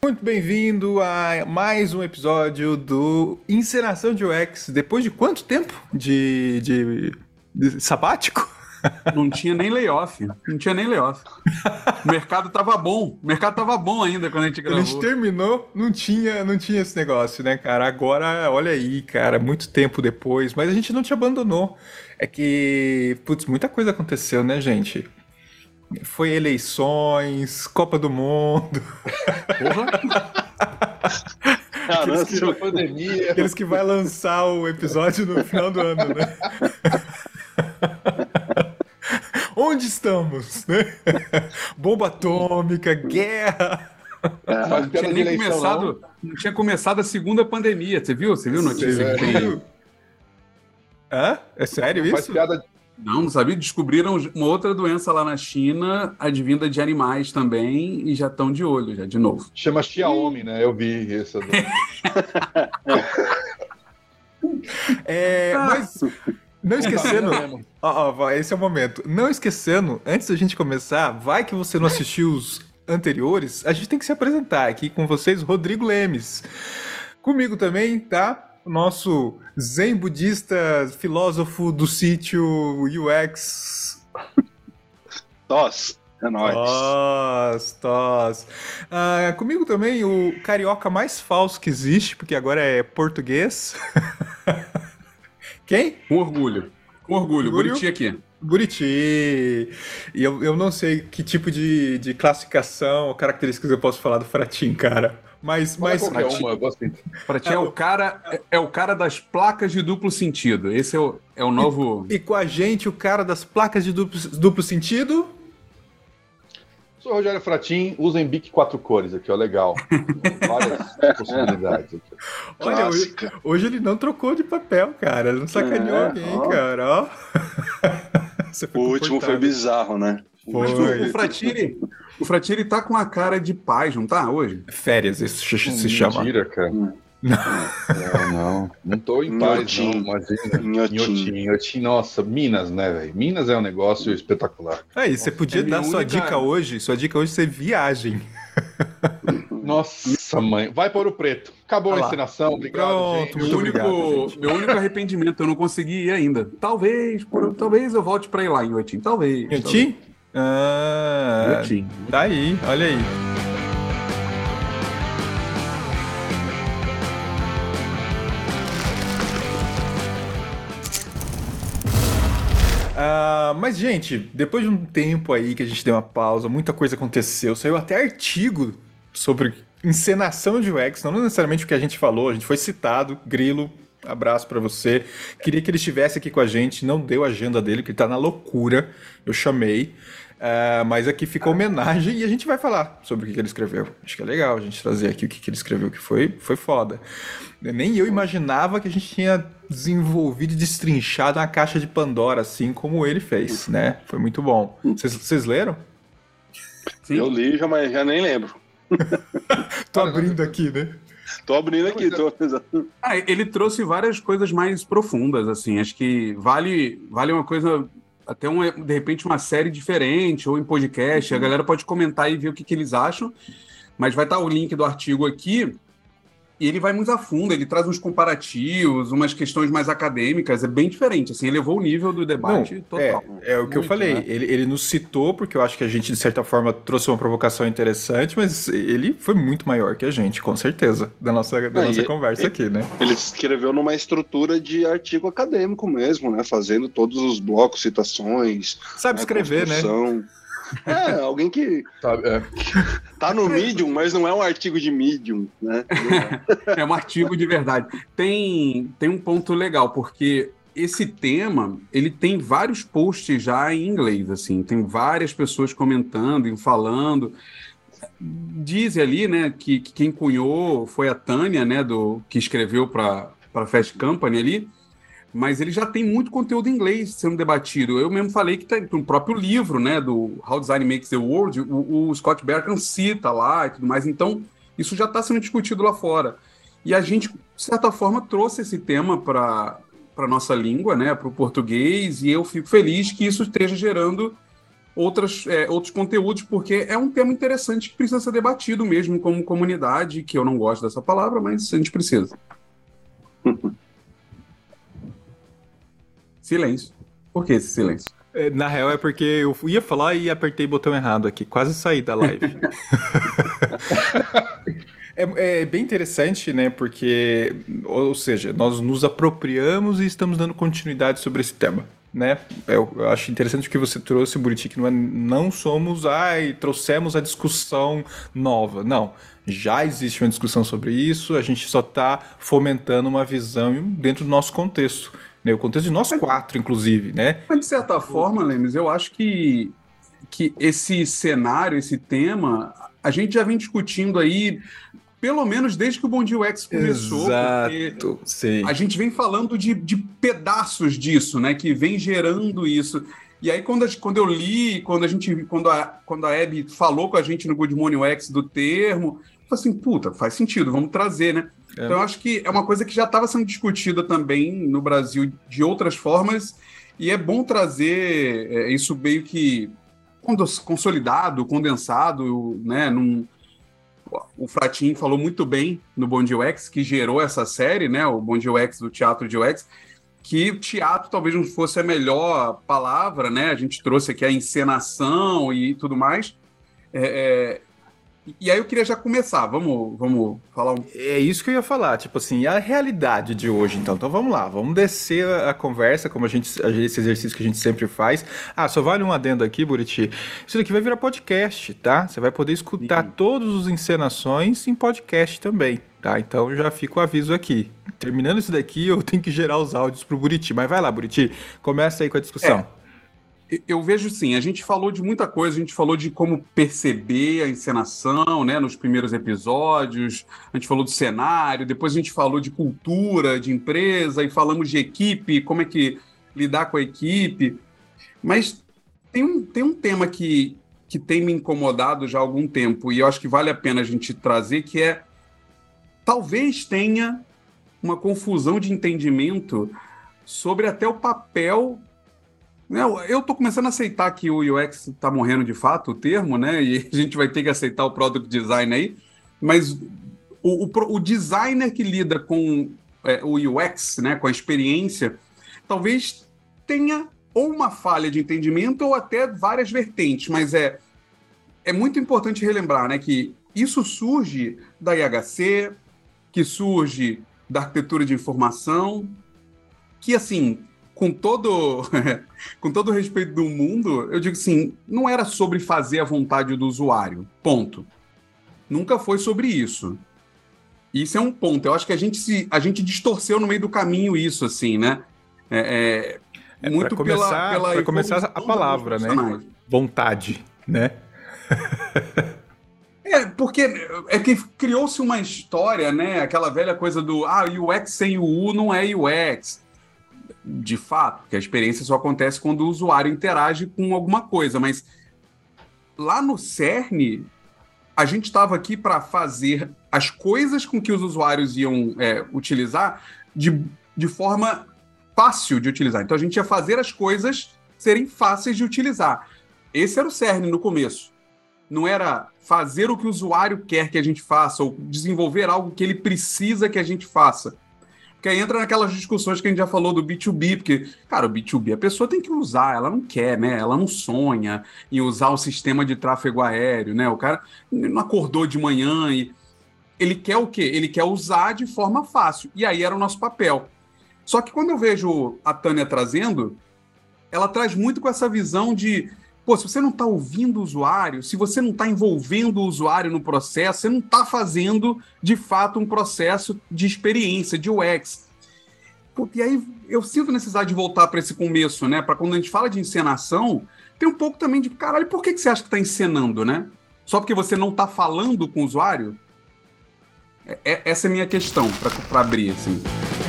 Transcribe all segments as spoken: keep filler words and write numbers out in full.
muito bem-vindo a mais um episódio do Encenação de U X. Depois de quanto tempo de, de, de sabático? Não tinha nem layoff, não tinha nem layoff. O mercado tava bom, o mercado tava bom ainda quando a gente gravou. A gente terminou, não tinha, não tinha esse negócio, né, cara? Agora, olha aí, cara, muito tempo depois, mas a gente não te abandonou. É que, putz, muita coisa aconteceu, né, gente? Foi eleições, Copa do Mundo. Porra! Caramba, que, uma pandemia. Aqueles que vai lançar o episódio no final do ano, né? Onde estamos, né? Bomba atômica, guerra. É, não, tinha nem eleição, começado, não. não tinha começado a segunda pandemia. Você viu? Você viu a notícia? Você viu? Hã? É sério isso? Faz piada. Não, não sabia. Descobriram uma outra doença lá na China, advinda de animais também, e já estão de olho, já, de novo. Chama Xiaomi, né? Eu vi essa. Do... é, mas... Não esquecendo, ó, ó, esse é o momento. Não esquecendo, antes da gente começar, vai que você não assistiu os anteriores, a gente tem que se apresentar aqui com vocês, Rodrigo Lemes. Comigo também, tá? O nosso zen budista, filósofo do sítio U X. Tos, é nóis. Tos, tos. Ah, comigo também o carioca mais falso que existe, porque agora é português. Quem? Com orgulho. Com orgulho. orgulho? Buriti aqui. Buriti. E eu, eu não sei que tipo de, de classificação ou características eu posso falar do Fratim, cara. Mas, mas qualquer uma, eu gosto. Fratim é, é, o cara, é, é o cara das placas de duplo sentido. Esse é o, é o novo... E, e com a gente, o cara das placas de duplo, duplo sentido... Sou o Rogério Fratim, usem bic quatro cores aqui, ó, legal. Várias possibilidades aqui. Olha, hoje, hoje ele não trocou de papel, cara. Ele não sacaneou é, alguém, ó. cara, ó. O último foi bizarro, né? Foi. O Fratini, o Fratini tá com a cara de paz, não tá, hoje? Férias, isso se Mentira, chama. Mentira, cara. Não. não, não. Não tô em paz, não. Imagina. Inhotim. Inhotim, nossa, Minas, né, velho? Minas é um negócio espetacular. Aí, você podia é dar sua única... dica hoje. Sua dica hoje é viagem. Nossa, mãe. Vai para o preto. Acabou ah a encenação. Obrigado, Pronto, gente. Muito meu, obrigado, único, gente. meu único arrependimento, eu não consegui ir ainda. Talvez, por, talvez eu volte para ir lá em Inhotim. Talvez. Inhotim? Ah, Inhotim. Tá aí, olha aí. Uh, mas, gente, depois de um tempo aí que a gente deu uma pausa, muita coisa aconteceu, saiu até artigo sobre encenação de U X, não necessariamente o que a gente falou, a gente foi citado, Grilo, abraço pra você, queria que ele estivesse aqui com a gente, não deu a agenda dele, porque ele tá na loucura, eu chamei, uh, mas aqui ficou homenagem e a gente vai falar sobre o que, que ele escreveu. Acho que é legal a gente trazer aqui o que, que ele escreveu, que foi, foi foda. Nem eu imaginava que a gente tinha desenvolvido e destrinchado uma caixa de Pandora, assim como ele fez, né? Foi muito bom. Vocês leram? Sim. Eu li, já, mas já nem lembro. Tô abrindo aqui, né? Tô abrindo aqui. Tô... Ah, ele trouxe várias coisas mais profundas, assim. Acho que vale, vale uma coisa, até um, de repente uma série diferente, ou em podcast. Uhum. A galera pode comentar e ver o que, que eles acham. Mas vai estar o link do artigo aqui. E ele vai muito a fundo, ele traz uns comparativos, umas questões mais acadêmicas, é bem diferente, assim, elevou o nível do debate Não, total. É, é o que muito, eu falei, né? ele, ele nos citou, porque eu acho que a gente, de certa forma, trouxe uma provocação interessante, mas ele foi muito maior que a gente, com certeza, da nossa, da Não, nossa conversa ele, aqui, né? Ele escreveu numa estrutura de artigo acadêmico mesmo, né? Fazendo todos os blocos, citações... Sabe né, escrever, né? É, alguém que tá, é. tá no Medium, mas não é um artigo de Medium, né? É um artigo de verdade. Tem, tem um ponto legal, porque esse tema, ele tem vários posts já em inglês, assim, tem várias pessoas comentando e falando. Dizem ali, né, que, que quem cunhou foi a Tânia, né, do, que escreveu para a Fast Company ali, mas ele já tem muito conteúdo em inglês sendo debatido. Eu mesmo falei que tem um próprio livro, né, do How Design Makes the World, o, o Scott Bertrand cita lá e tudo mais, então isso já está sendo discutido lá fora. E a gente, de certa forma, trouxe esse tema para a nossa língua, né, para o português, e eu fico feliz que isso esteja gerando outras, é, outros conteúdos, porque é um tema interessante que precisa ser debatido mesmo como comunidade, que eu não gosto dessa palavra, mas a gente precisa. Silêncio. Por que esse silêncio? Na real é porque eu ia falar e apertei o botão errado aqui, quase saí da live. é, é bem interessante, né? Porque, ou seja, nós nos apropriamos e estamos dando continuidade sobre esse tema, né? Eu, eu acho interessante o que você trouxe, Buriti, que não, é, não somos, ai, trouxemos a discussão nova. Não, já existe uma discussão sobre isso, a gente só está fomentando uma visão dentro do nosso contexto. O contexto de nós quatro, inclusive, né? Mas, de certa forma, Lemes, eu acho que, que esse cenário, esse tema, a gente já vem discutindo aí, pelo menos desde que o Bom Dia U X começou. Exato, sim. A gente vem falando de, de pedaços disso, né? Que vem gerando isso. E aí, quando, a, quando eu li, quando a gente, quando a, quando a Abby falou com a gente no Good Morning U X do termo, eu falei assim, puta, faz sentido, vamos trazer, né? É. Então, eu acho que é uma coisa que já estava sendo discutida também no Brasil de outras formas, e é bom trazer é, isso meio que consolidado, condensado, né? Num, o Fratin falou muito bem no Bom Dia U X, que gerou essa série, né? O Bom Dia U X do Teatro de U X, que teatro talvez não fosse a melhor palavra, né? A gente trouxe aqui a encenação e tudo mais. É, é, e aí eu queria já começar, vamos, vamos falar um... É isso que eu ia falar, tipo assim, a realidade de hoje, então. Então vamos lá, vamos descer a, a conversa, como a gente, esse exercício que a gente sempre faz. Ah, só vale um adendo aqui, Buriti. Isso daqui vai virar podcast, tá? Você vai poder escutar Sim. todas as encenações em podcast também, tá? Então já fica o aviso aqui. Terminando isso daqui, eu tenho que gerar os áudios pro Buriti. Mas vai lá, Buriti, começa aí com a discussão. É. Eu vejo sim, a gente falou de muita coisa, a gente falou de como perceber a encenação, né, nos primeiros episódios, a gente falou do cenário, depois a gente falou de cultura, de empresa, e falamos de equipe, como é que lidar com a equipe, mas tem um, tem um tema que, que tem me incomodado já há algum tempo, e eu acho que vale a pena a gente trazer, que é, talvez tenha uma confusão de entendimento sobre até o papel... Eu estou começando a aceitar que o U X está morrendo de fato, o termo, né? E a gente vai ter que aceitar o Product Design aí, mas o, o, o designer que lida com é, o U X, né, com a experiência, talvez tenha ou uma falha de entendimento ou até várias vertentes, mas é, é muito importante relembrar, né, que isso surge da I H C, que surge da arquitetura de informação, que, assim... Com todo, com todo o respeito do mundo, eu digo assim, não era sobre fazer a vontade do usuário, ponto. Nunca foi sobre isso. Isso é um ponto. Eu acho que a gente, se, a gente distorceu no meio do caminho isso, assim, né? É, é, é muito começar, pela, pela Para começar a palavra, né? Vontade, né? É, porque é que criou-se uma história, né? Aquela velha coisa do, ah, U X sem o U não é U X. De fato, que a experiência só acontece quando o usuário interage com alguma coisa, mas lá no cerne, a gente estava aqui para fazer as coisas com que os usuários iam é, utilizar de, de forma fácil de utilizar. Então a gente ia fazer as coisas serem fáceis de utilizar. Esse era o cerne no começo. Não era fazer o que o usuário quer que a gente faça ou desenvolver algo que ele precisa que a gente faça. Porque aí entra naquelas discussões que a gente já falou do B dois B, porque, cara, o B dois B a pessoa tem que usar, ela não quer, né? Ela não sonha em usar o sistema de tráfego aéreo, né? O cara não acordou de manhã e ele quer o quê? Ele quer usar de forma fácil. E aí era o nosso papel. Só que quando eu vejo a Tânia trazendo, ela traz muito com essa visão de, pô, se você não está ouvindo o usuário, se você não está envolvendo o usuário no processo, você não está fazendo, de fato, um processo de experiência, de U X. E aí eu sinto necessidade de voltar para esse começo, né? Para quando a gente fala de encenação, tem um pouco também de, caralho, por que, que você acha que está encenando, né? Só porque você não está falando com o usuário? É, essa é a minha questão, para abrir, assim.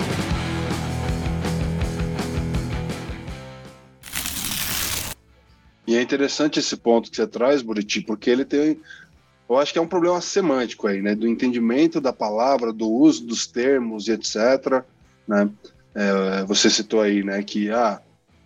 E é interessante esse ponto que você traz, Buriti, porque ele tem, eu acho que é um problema semântico aí, né, do entendimento da palavra, do uso dos termos e etcétera, né, é, você citou aí, né, que, ah,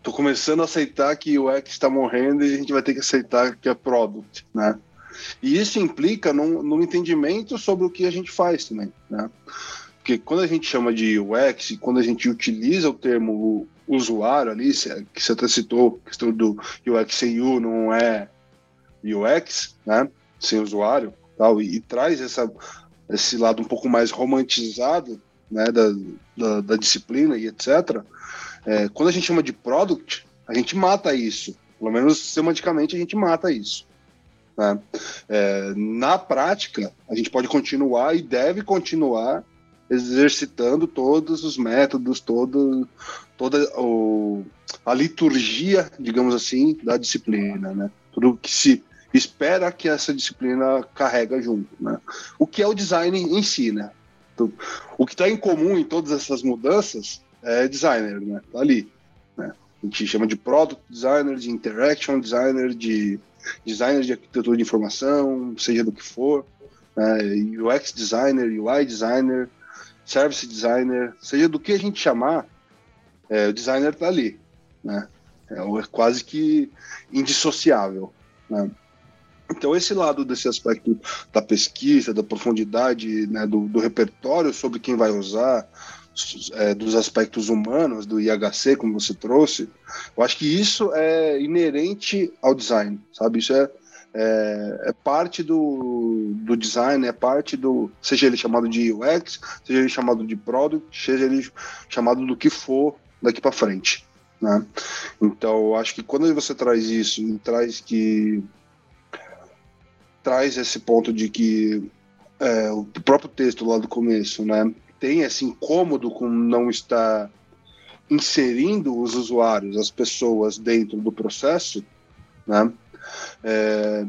tô começando a aceitar que o U X está morrendo e a gente vai ter que aceitar que é product, né? E isso implica num, num entendimento sobre o que a gente faz também, né? Porque quando a gente chama de U X, quando a gente utiliza o termo usuário ali, que você até citou, a questão do U X sem U não é U X, né? Sem usuário, tal, e, e traz essa, esse lado um pouco mais romantizado, né, da, da, da disciplina e etcétera. É, quando a gente chama de product, a gente mata isso. Pelo menos semanticamente a gente mata isso. Né? É, na prática, a gente pode continuar e deve continuar exercitando todos os métodos, todo, toda o, a liturgia, digamos assim, da disciplina. Né? Tudo que se espera que essa disciplina carrega junto. Né? O que é o design em si. Né? Então, o que está em comum em todas essas mudanças é designer, né? Tá ali. Né? A gente chama de product designer, de interaction designer, de designer de arquitetura de informação, seja do que for, né? U X designer, U I designer, service designer, seja do que a gente chamar, é, o designer está ali. Né? É, é quase que indissociável. Né? Então, esse lado desse aspecto da pesquisa, da profundidade, né, do, do repertório sobre quem vai usar, é, dos aspectos humanos, do I H C, como você trouxe, eu acho que isso é inerente ao design, sabe? Isso é, é, é parte do, do design, é parte do... Seja ele chamado de U X, seja ele chamado de product, seja ele chamado do que for daqui para frente, né? Então, eu acho que quando você traz isso, e traz que... traz esse ponto de que é, o próprio texto lá do começo, né, tem esse incômodo com não estar inserindo os usuários, as pessoas dentro do processo, né, é,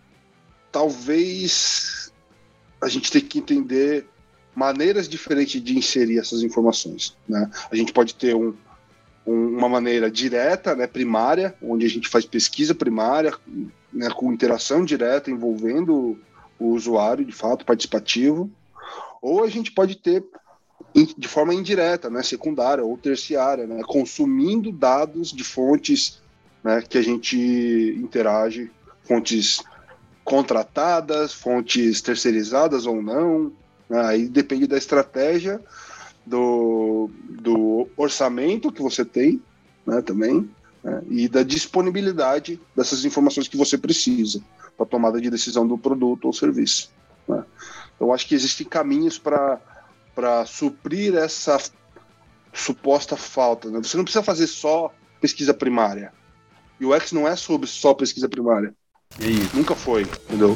talvez a gente tenha que entender maneiras diferentes de inserir essas informações. Né. A gente pode ter um, um, uma maneira direta, né, primária, onde a gente faz pesquisa primária, né, com interação direta, envolvendo o usuário, de fato, participativo, ou a gente pode ter de forma indireta, né, secundária ou terciária, né, consumindo dados de fontes, né, que a gente interage, fontes contratadas, fontes terceirizadas ou não, né, aí depende da estratégia, do, do orçamento que você tem, né, também, né, e da disponibilidade dessas informações que você precisa para a tomada de decisão do produto ou serviço. Né. Então, acho que existem caminhos para para suprir essa suposta falta. Né. Você não precisa fazer só pesquisa primária. E o U X não é sobre só pesquisa primária. É isso. Nunca foi, entendeu?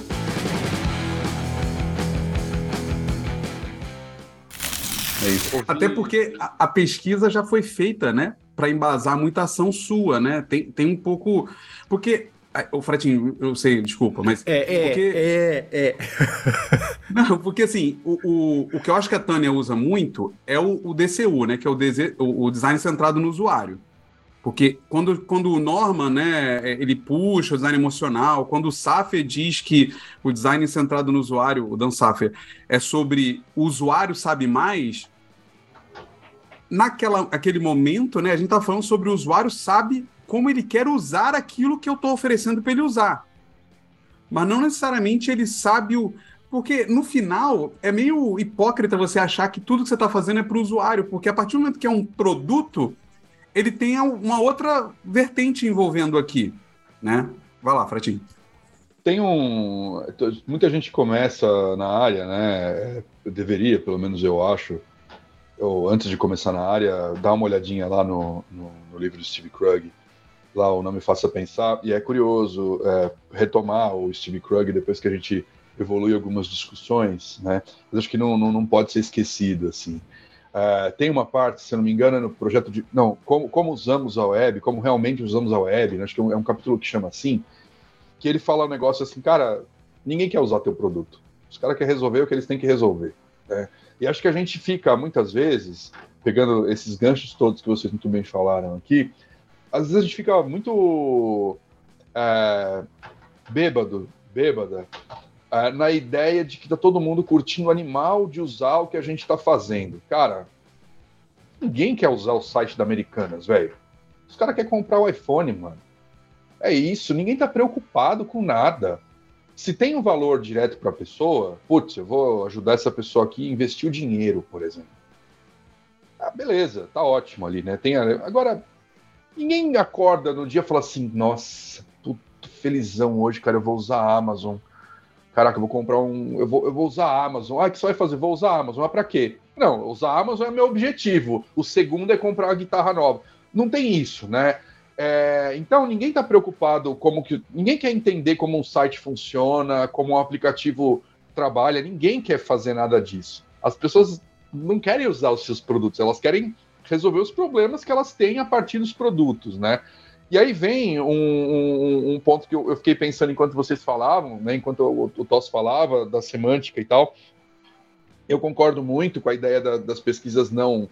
É isso. Até porque a, a pesquisa já foi feita, né, para embasar muita ação sua, né? Tem, tem um pouco... Porque... O Fratinho, eu sei, desculpa, mas... É, é, porque... é, é. Não, porque assim, o, o, o que eu acho que a Tânia usa muito é o, o D C U, né? Que é o, dese, o, o design centrado no usuário. Porque quando, quando o Norman, né, ele puxa o design emocional, quando o Saffer diz que o design centrado no usuário, o Dan Saffer, é sobre o usuário sabe mais, naquela, aquele momento, né, a gente tá falando sobre o usuário sabe como ele quer usar aquilo que eu estou oferecendo para ele usar. Mas não necessariamente ele sabe o... Porque, no final, é meio hipócrita você achar que tudo que você está fazendo é para o usuário, porque a partir do momento que é um produto, ele tem uma outra vertente envolvendo aqui, né? Vai lá, Fratinho. Tem um... Muita gente começa na área, né? Eu deveria, pelo menos eu acho, eu, antes de começar na área, dar uma olhadinha lá no, no, no livro do Steve Krug, lá o Não Me Faça Pensar, e é curioso é, retomar o Steve Krug depois que a gente evolui algumas discussões, né? Mas acho que não, não, não pode ser esquecido, assim. Uh, tem uma parte, se eu não me engano, no projeto de... Não, como, como usamos a web, como realmente usamos a web, né? Acho que é um, é um capítulo que chama assim, que ele fala um negócio assim, cara, ninguém quer usar teu produto. Os caras querem resolver o que eles têm que resolver, né? E acho que a gente fica, muitas vezes, pegando esses ganchos todos que vocês muito bem falaram aqui, às vezes a gente fica muito é, bêbado, bêbada, é, na ideia de que tá todo mundo curtindo o animal de usar o que a gente está fazendo. Cara, ninguém quer usar o site da Americanas, velho. Os caras querem comprar o iPhone, mano. É isso, ninguém tá preocupado com nada. Se tem um valor direto para a pessoa, putz, eu vou ajudar essa pessoa aqui a investir o dinheiro, por exemplo. Ah, beleza, tá ótimo ali, né? Tem a... Agora, ninguém acorda no dia e fala assim, nossa, tô, tô felizão hoje, cara, eu vou usar a Amazon. Caraca, eu vou comprar um... Eu vou, eu vou usar a Amazon. Ah, o que você vai fazer? Vou usar a Amazon. Mas pra quê? Não, usar a Amazon é meu objetivo. O segundo é comprar uma guitarra nova. Não tem isso, né? É, então, ninguém está preocupado como que... Ninguém quer entender como um site funciona, como um aplicativo trabalha. Ninguém quer fazer nada disso. As pessoas não querem usar os seus produtos. Elas querem resolver os problemas que elas têm a partir dos produtos, né? E aí vem um, um, um ponto que eu, eu fiquei pensando enquanto vocês falavam, né, enquanto o, o Toss falava da semântica e tal. Eu concordo muito com a ideia da, das pesquisas não,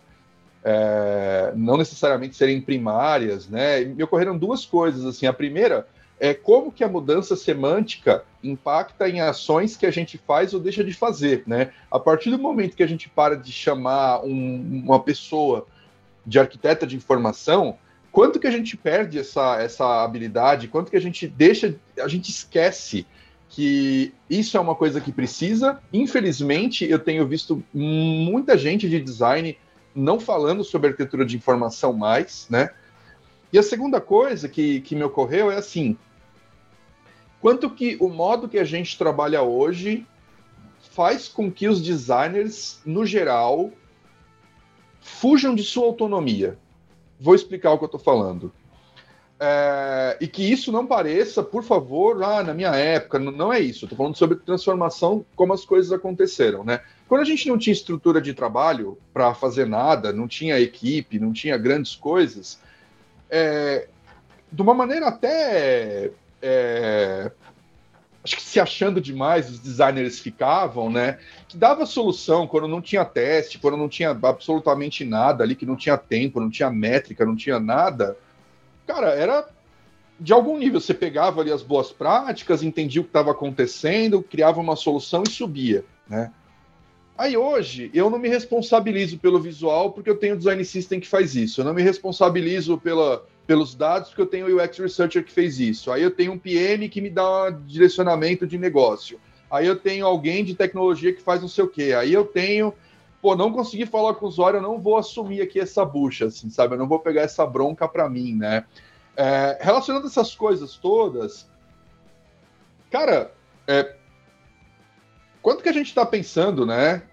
é, não necessariamente serem primárias, né? E me ocorreram duas coisas, assim. A primeira é como que a mudança semântica impacta em ações que a gente faz ou deixa de fazer, né? A partir do momento que a gente para de chamar um, uma pessoa de arquiteta de informação, quanto que a gente perde essa, essa habilidade, quanto que a gente deixa, a gente esquece que isso é uma coisa que precisa. Infelizmente, eu tenho visto muita gente de design não falando sobre arquitetura de informação mais, né? E a segunda coisa que, que me ocorreu é assim, quanto que o modo que a gente trabalha hoje faz com que os designers, no geral, fujam de sua autonomia. Vou explicar o que eu estou falando. É, e que isso não pareça, por favor, ah, na minha época, não, não é isso. Estou falando sobre transformação, como as coisas aconteceram, né? Quando a gente não tinha estrutura de trabalho para fazer nada, não tinha equipe, não tinha grandes coisas, é, de uma maneira até... É, acho que se achando demais, os designers ficavam, né? Que dava solução quando não tinha teste, quando não tinha absolutamente nada ali, que não tinha tempo, não tinha métrica, não tinha nada. Cara, era de algum nível. Você pegava ali as boas práticas, entendia o que estava acontecendo, criava uma solução e subia, né? Aí hoje, eu não me responsabilizo pelo visual porque eu tenho o design system que faz isso. Eu não me responsabilizo pela... pelos dados, porque eu tenho o U X Researcher que fez isso. Aí eu tenho um P M que me dá um direcionamento de negócio. Aí eu tenho alguém de tecnologia que faz não sei o quê. Aí eu tenho... Pô, não consegui falar com o usuário, eu não vou assumir aqui essa bucha, assim, sabe? Eu não vou pegar essa bronca para mim, né? É, relacionando essas coisas todas, cara, é, quanto que a gente está pensando, né?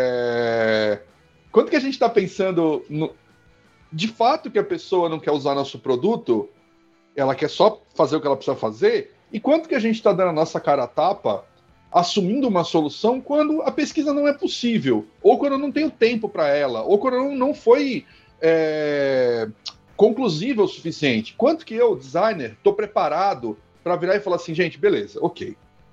É, quanto que a gente está pensando... No, de fato que a pessoa não quer usar nosso produto, ela quer só fazer o que ela precisa fazer, e quanto que a gente está dando a nossa cara a tapa, assumindo uma solução quando a pesquisa não é possível, ou quando eu não tenho tempo para ela, ou quando não, não foi é, conclusiva o suficiente. Quanto que eu, designer, estou preparado para virar e falar assim, gente, beleza, ok.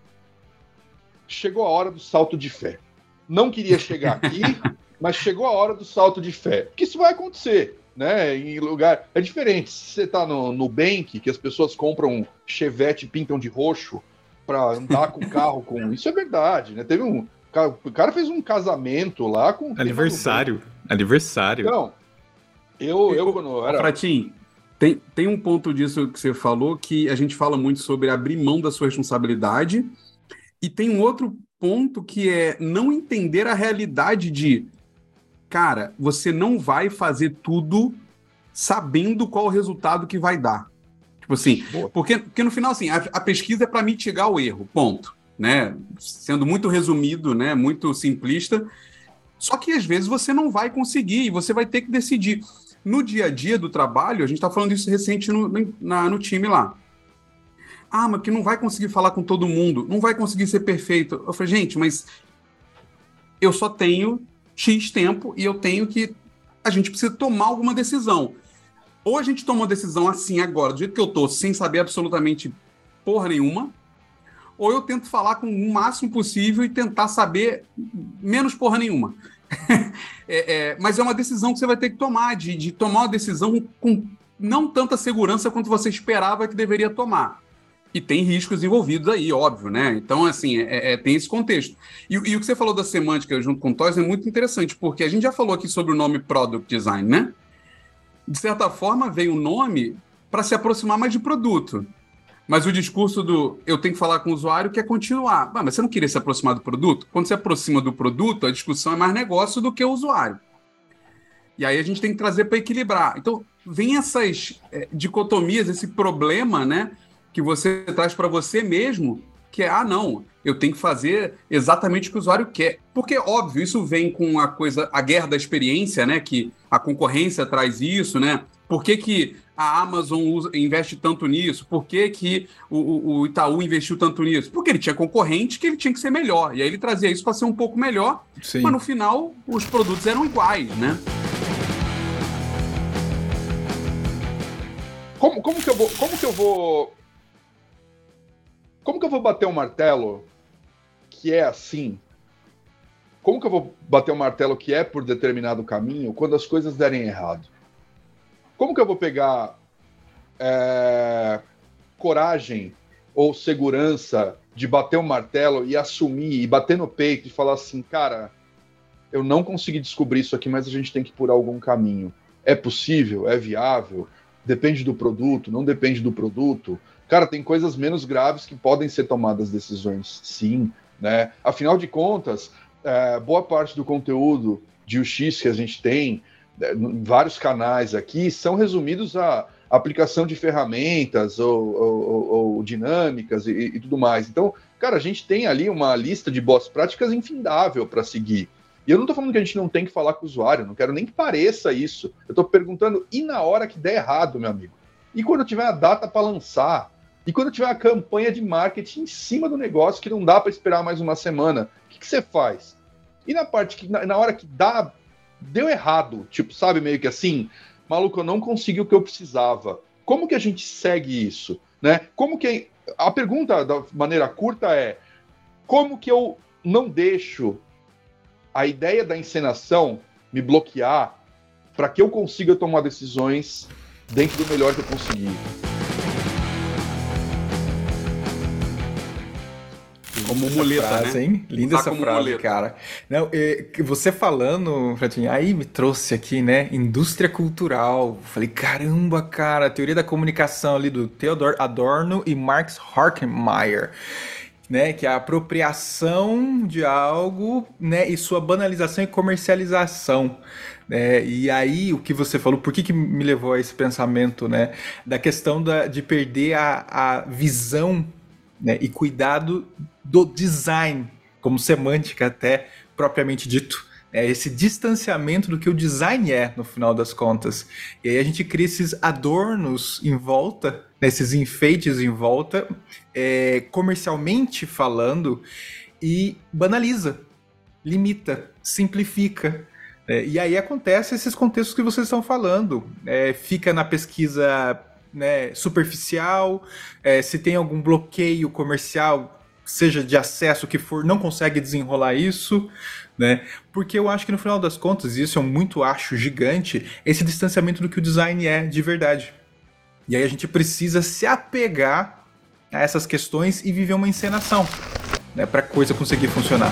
Chegou a hora do salto de fé. Não queria chegar aqui, mas chegou a hora do salto de fé. Porque isso vai acontecer. Né, em lugar... É diferente. Se você está no Nubank, que as pessoas compram Chevette e pintam de roxo para andar com o carro com... Isso é verdade, né? Teve um... O cara fez um casamento lá com... Aniversário. Aniversário. Então, eu, eu quando eu era... Fratinho, tem, tem um ponto disso que você falou, que a gente fala muito sobre abrir mão da sua responsabilidade, e tem um outro ponto que é não entender a realidade de... Cara, você não vai fazer tudo sabendo qual o resultado que vai dar. Tipo assim, porque, porque no final, assim, a, a pesquisa é para mitigar o erro, ponto. Né? Sendo muito resumido, né? Muito simplista. Só que às vezes você não vai conseguir e você vai ter que decidir. No dia a dia do trabalho, a gente está falando isso recente no, na, no time lá. Ah, mas que não vai conseguir falar com todo mundo, não vai conseguir ser perfeito. Eu falei, gente, mas eu só tenho X tempo e eu tenho que... A gente precisa tomar alguma decisão. Ou a gente toma uma decisão assim agora, do jeito que eu tô, sem saber absolutamente porra nenhuma, ou eu tento falar com o máximo possível e tentar saber menos porra nenhuma. é, é, mas é uma decisão que você vai ter que tomar, de, de tomar uma decisão com não tanta segurança quanto você esperava que deveria tomar. E tem riscos envolvidos aí, óbvio, né? Então, assim, é, é, tem esse contexto. E, e o que você falou da semântica junto com o Toys é muito interessante, porque a gente já falou aqui sobre o nome Product Design, né? de certa forma, vem o nome para se aproximar mais de produto. Mas o discurso do eu tenho que falar com o usuário quer continuar. Ah, mas você não queria se aproximar do produto? Quando se aproxima do produto, a discussão é mais negócio do que o usuário. E aí a gente tem que trazer para equilibrar. Então, vem essas é, dicotomias, esse problema, né, que você traz para você mesmo, que é, ah, não, eu tenho que fazer exatamente o que o usuário quer. Porque, óbvio, isso vem com a coisa, a guerra da experiência, né, que a concorrência traz isso, né? Por que que a Amazon usa, investe tanto nisso? Por que que o, o Itaú investiu tanto nisso? Porque ele tinha concorrente que ele tinha que ser melhor. E aí ele trazia isso para ser um pouco melhor, Sim. mas no final os produtos eram iguais, né? Como, como que eu vou... Como que eu vou... Como que eu vou bater um martelo que é assim? Como que eu vou bater um martelo que é por determinado caminho quando as coisas derem errado? Como que eu vou pegar é, coragem ou segurança de bater o martelo e assumir, e bater no peito e falar assim, cara, eu não consegui descobrir isso aqui, mas a gente tem que ir por algum caminho. É possível? É viável? Depende do produto? Não depende do produto? Cara, tem coisas menos graves que podem ser tomadas decisões, sim, né? Afinal de contas, é, boa parte do conteúdo de U X que a gente tem, vários canais aqui, são resumidos a aplicação de ferramentas ou, ou, ou dinâmicas e, e tudo mais. Então, cara, a gente tem ali uma lista de boas práticas infindável para seguir. E eu não estou falando que a gente não tem que falar com o usuário, não quero nem que pareça isso. Eu estou perguntando, e na hora que der errado, meu amigo? E quando tiver a data para lançar? E quando tiver a campanha de marketing em cima do negócio que não dá para esperar mais uma semana? O que, que você faz? E na parte que, na, na hora que dá... deu errado, tipo, sabe, meio que assim, maluco, eu não consegui o que eu precisava. Como que a gente segue isso, né? Como que... A pergunta, da maneira curta, é como que eu não deixo a ideia da encenação me bloquear para que eu consiga tomar decisões dentro do melhor que eu conseguir? Como muleta, frase, né? Hein? Linda essa frase, muleta. Cara. Não, você falando, Fratinho, aí me trouxe aqui, né? Indústria cultural. Falei, caramba, cara, a teoria da comunicação ali do Theodor Adorno e Marx Horkheimer, né? Que é a apropriação de algo, né? E sua banalização e comercialização. É, e aí, o que você falou, por que, que me levou a esse pensamento, né? Da questão da, de perder a, a visão, né, e cuidado do design, como semântica até propriamente dito. É esse distanciamento do que o design é, no final das contas. E aí a gente cria esses adornos em volta, né, esses enfeites em volta, é, comercialmente falando, e banaliza, limita, simplifica. É, e aí acontece esses contextos que vocês estão falando. É, fica na pesquisa, né, superficial, é, se tem algum bloqueio comercial, seja de acesso, que for, não consegue desenrolar isso, né? Porque eu acho que no final das contas, isso é um muito acho gigante, esse distanciamento do que o design é de verdade. E aí a gente precisa se apegar a essas questões e viver uma encenação, né, para a coisa conseguir funcionar.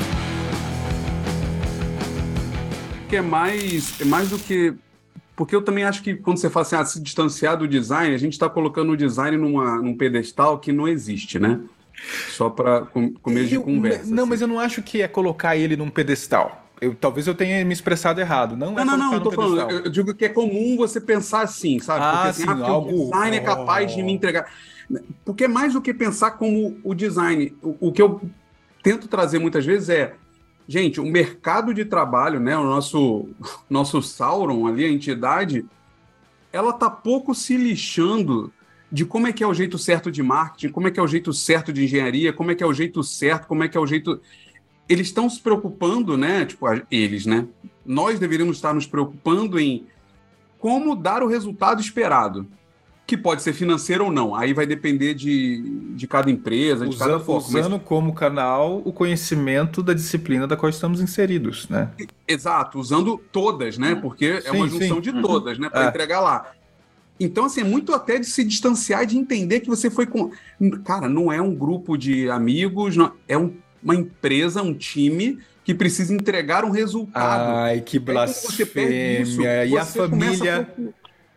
Que é mais, é mais do que... Porque eu também acho que quando você fala assim, ah, se distanciar do design, a gente está colocando o design numa, num pedestal que não existe, né? Só para com, começo de conversa. Não, assim. Mas eu não acho que é colocar ele num pedestal. Eu, talvez eu tenha me expressado errado. Não, não, é não, não, eu tô pedestal. falando, eu digo que é comum você pensar assim, sabe? Ah, porque assim, sim, ah, porque algo... o design é capaz de me entregar. Porque é mais do que pensar como o design. O, o que eu tento trazer muitas vezes é, gente, o mercado de trabalho, né, o nosso, nosso Sauron ali, a entidade, ela tá pouco se lixando de como é que é o jeito certo de marketing, como é que é o jeito certo de engenharia, como é que é o jeito certo, como é que é o jeito... Eles estão se preocupando, né? Tipo, eles, né? Nós deveríamos estar nos preocupando em como dar o resultado esperado, que pode ser financeiro ou não. Aí vai depender de, de cada empresa, de usando, cada foco. Usando mas... como canal o conhecimento da disciplina da qual estamos inseridos, né? Exato, usando todas, né? Porque sim, é uma junção sim. de todas, né? Para é. entregar lá. Então, assim, é muito até de se distanciar e de entender que você foi com... Cara, não é um grupo de amigos, não... é um, uma empresa, um time que precisa entregar um resultado. Ai, que blasfêmia. Você perde isso, e a família... A...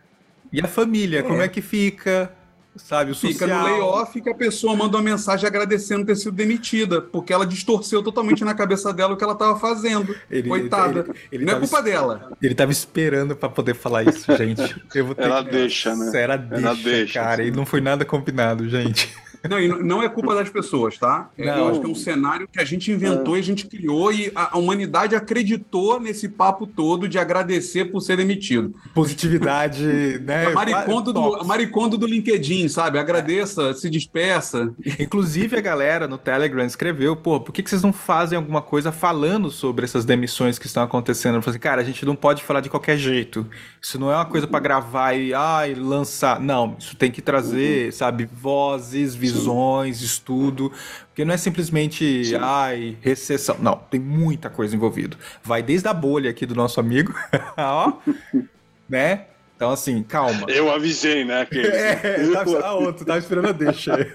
E a família, É. como é que fica? Sabe, o Fica social. no layoff que a pessoa manda uma mensagem agradecendo ter sido demitida, porque ela distorceu totalmente na cabeça dela o que ela estava fazendo. Ele- Coitada. ele- ele Não é tava culpa es- dela. Ele tava esperando pra poder falar isso, gente. Eu vou ter Ela que... deixa, né? Era Ela deixa, deixa, cara. assim. E não foi nada combinado, gente. Não, e não- não é culpa das pessoas, tá? É, Não. Eu acho que é um cenário que a gente inventou e a gente criou e a, a humanidade acreditou nesse papo todo de agradecer por ser demitido. Positividade, né? A maricondo do, Top. a maricondo do LinkedIn, sabe? Agradeça, se despeça. Inclusive, a galera no Telegram escreveu, pô, por que, que vocês não fazem alguma coisa falando sobre essas demissões que estão acontecendo? Eu falei assim, cara, a gente não pode falar de qualquer jeito. Isso não é uma coisa pra gravar e ai, lançar. Não, isso tem que trazer, sabe, vozes, visões, estudo. Porque não é simplesmente, ai, recessão. Não, tem muita coisa envolvida. Vai desde a bolha aqui do nosso amigo, ó, né? Então, assim, calma. Eu avisei, né? Que... É, eu tava, ah, outro, tava esperando a deixa aí.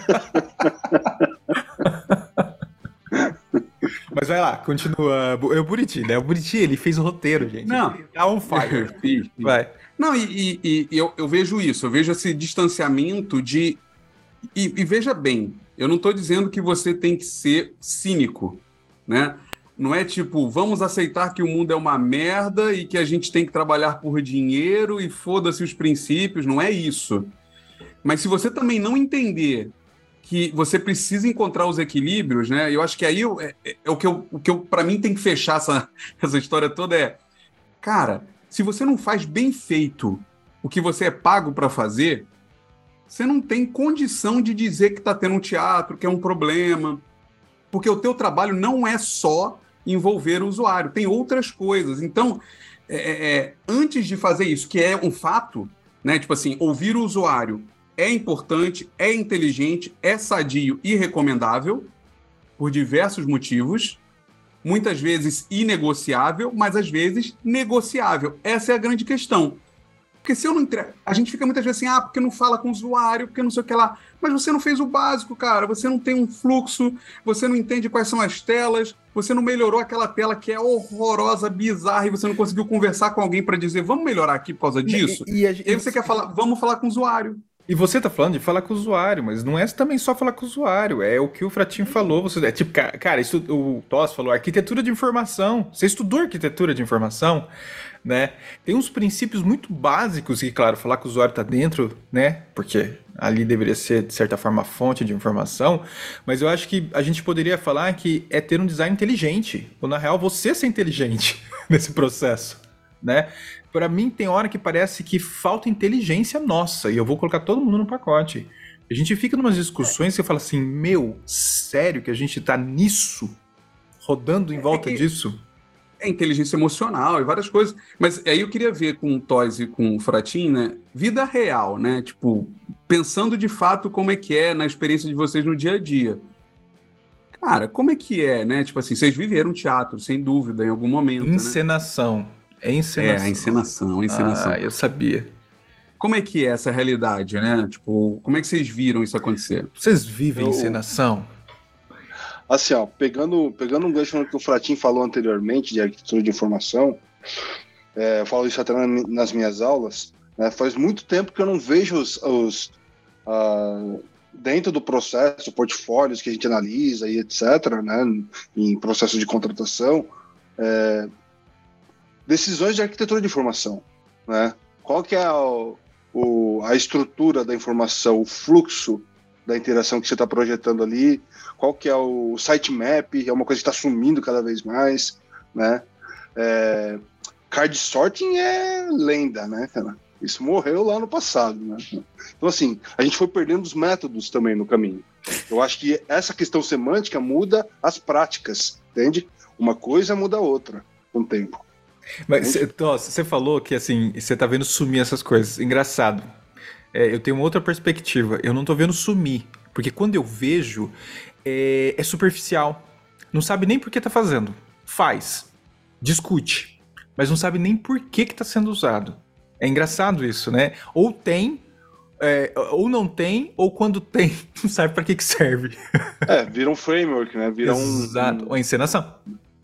Mas vai lá, continua. É o Buriti, né? O Buriti, ele fez o roteiro, gente. Não. Tá on fire. Fiz, fiz. Vai. Não, e, e- e eu, eu vejo isso, eu vejo esse distanciamento de. E, e veja bem, eu não estou dizendo que você tem que ser cínico, né? Não é tipo, vamos aceitar que o mundo é uma merda e que a gente tem que trabalhar por dinheiro e foda-se os princípios, não é isso. Mas se você também não entender que você precisa encontrar os equilíbrios, né? Eu acho que aí eu- é, é o que eu, o que eu para mim tem que fechar essa, essa história toda é, cara, se você não faz bem feito o que você é pago para fazer, você não tem condição de dizer que está tendo um teatro, que é um problema, porque o teu trabalho não é só envolver o usuário, tem outras coisas. Então, é, é, antes de fazer isso, que é um fato, né? Tipo assim, ouvir o usuário é importante, é inteligente, é sadio e recomendável por diversos motivos, muitas vezes inegociável, mas às vezes negociável. Essa é a grande questão. Porque se eu não entrego... A gente fica muitas vezes assim, ah, porque não fala com o usuário, porque não sei o que lá. Mas você não fez o básico, cara. Você não tem um fluxo, você não entende quais são as telas, você não melhorou aquela tela que é horrorosa, bizarra, e você não conseguiu conversar com alguém para dizer, vamos melhorar aqui por causa disso? E, e, a- E aí você quer falar, vamos falar com o usuário. e você tá falando de falar com o usuário, mas não é também só falar com o usuário, é o que o Fratinho falou. Você, é tipo, ca- cara, isso, o Toss falou arquitetura de informação. Você estudou arquitetura de informação? Né? Tem uns princípios muito básicos que, claro, falar que o usuário está dentro, né? Porque ali deveria ser, de certa forma, a fonte de informação, mas eu acho que a gente poderia falar que é ter um design inteligente, ou na real você ser inteligente nesse processo, né? Para mim tem hora que parece que falta inteligência nossa, e eu vou colocar todo mundo no pacote. A gente fica numas discussões que você fala assim, meu, sério que a gente tá nisso? Rodando em volta É que- disso? É inteligência emocional e várias coisas. Mas aí eu queria ver com o Toys e com o Fratin, né? Vida real, né? Tipo, pensando de fato como é que é na experiência de vocês no dia a dia. Cara, como é que é, né? Tipo assim, vocês viveram teatro, sem dúvida, em algum momento, né? Encenação. É É, encenação. a encenação, a encenação. Ah, eu sabia. Como é que é essa realidade, né? Tipo, como é que vocês viram isso acontecer? Vocês vivem Eu- encenação? Assim, ó, pegando, pegando um gancho no que o Fratin falou anteriormente de arquitetura de informação, é, eu falo isso até na- nas minhas aulas, né, faz muito tempo que eu não vejo os, os, ah, dentro do processo, portfólios que a gente analisa e etcétera, né, em processo de contratação, é, decisões de arquitetura de informação, né? Qual que é o, o- a estrutura da informação, o fluxo da interação que você está projetando ali, qual que é o sitemap, é uma coisa que está sumindo cada vez mais, né? É, card sorting é lenda, né, cara? Isso morreu lá no passado, né? Então, assim, a gente foi perdendo os métodos também no caminho. Eu acho que essa questão semântica muda as práticas, entende? Uma coisa muda a outra com o tempo. Mas cê- Tó, você falou que assim, você tá vendo sumir essas coisas. Engraçado. É, eu tenho uma outra perspectiva. Eu não tô vendo sumir. Porque quando eu vejo, é, é superficial. Não sabe nem por que tá fazendo. Faz. Discute. Mas não sabe nem por que que tá sendo usado. É engraçado isso, né? Ou tem, é, ou não tem, ou quando tem, não sabe pra que que serve. É, vira um framework, né? Vira um, Exato. um- Ou a encenação.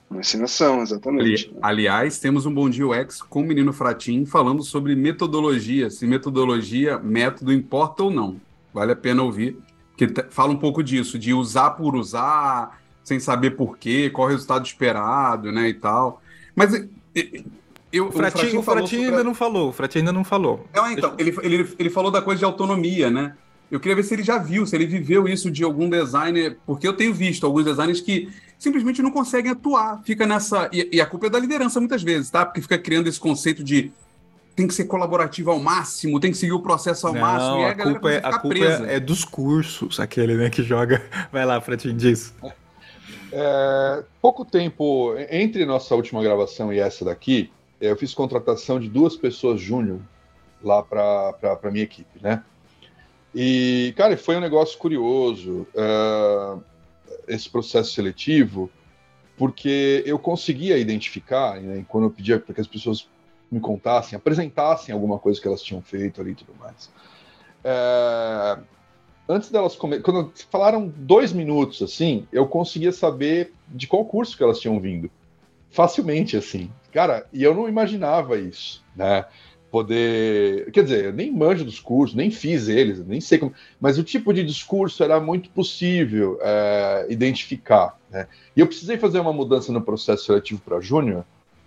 Uma ensinação, exatamente. Ali, aliás, temos um Bom Dia U X com o menino Fratin falando sobre metodologia, se metodologia, método importa ou não. Vale a pena ouvir, porque fala um pouco disso, de usar por usar, sem saber por quê, qual é o resultado esperado, né, e tal. Mas eu, o Fratin, o Fratin sobre... ainda não falou, o Fratin ainda não falou. Não, então, Deixa... ele, ele, ele falou da coisa de autonomia, né? Eu queria ver se ele já viu, se ele viveu isso de algum designer, porque eu tenho visto alguns designers que simplesmente não conseguem atuar, fica nessa... E, e a culpa é da liderança muitas vezes, tá? Porque fica criando esse conceito de tem que ser colaborativo ao máximo, tem que seguir o processo ao não, máximo, e a, a culpa, é, a culpa é, é dos cursos, aquele, né, que joga... Vai lá, Fratin, diz. É, pouco tempo, entre nossa última gravação e essa daqui, eu fiz contratação de duas pessoas júnior lá para a minha equipe, né? E, cara, foi um negócio curioso, uh, esse processo seletivo, porque eu conseguia identificar, né, quando eu pedia para que as pessoas me contassem, apresentassem alguma coisa que elas tinham feito ali e tudo mais. Uh, antes delas começarem, quando falaram dois minutos, assim, eu conseguia saber de qual curso que elas tinham vindo. Facilmente, assim. Cara, e eu não imaginava isso, né? Poder... Quer dizer, eu nem manjo dos cursos, nem fiz eles, nem sei como... Mas o tipo de discurso era muito possível é, identificar, né? E eu precisei fazer uma mudança no processo seletivo para júnior,